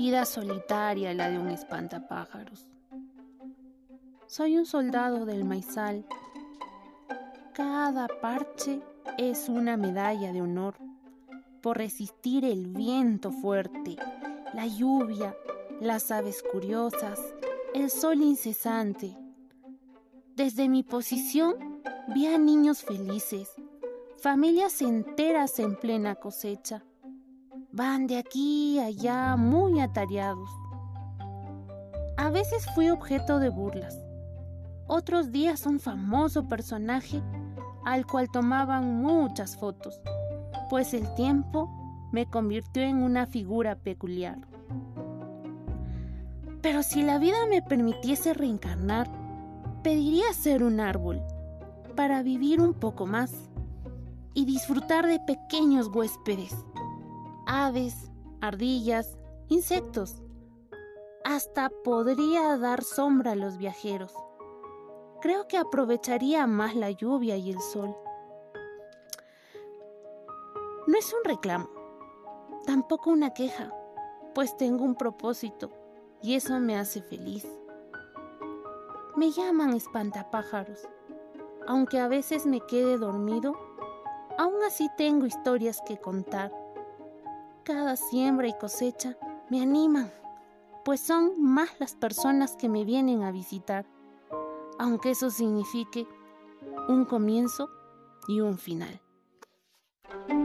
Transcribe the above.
vida solitaria la de un espantapájaros. Soy un soldado del maizal. Cada parche es una medalla de honor por resistir el viento fuerte, la lluvia, las aves curiosas, el sol incesante. Desde mi posición vi a niños felices, familias enteras en plena cosecha. Van de aquí a allá muy atareados. A veces fui objeto de burlas. Otros días un famoso personaje al cual tomaban muchas fotos, pues el tiempo me convirtió en una figura peculiar. Pero si la vida me permitiese reencarnar, pediría ser un árbol para vivir un poco más y disfrutar de pequeños huéspedes, aves, ardillas, insectos. Hasta podría dar sombra a los viajeros. Creo que aprovecharía más la lluvia y el sol. No es un reclamo, tampoco una queja, pues tengo un propósito y eso me hace feliz. Me llaman espantapájaros. Aunque a veces me quede dormido, aún así tengo historias que contar. Cada siembra y cosecha me animan, pues son más las personas que me vienen a visitar, aunque eso signifique un comienzo y un final.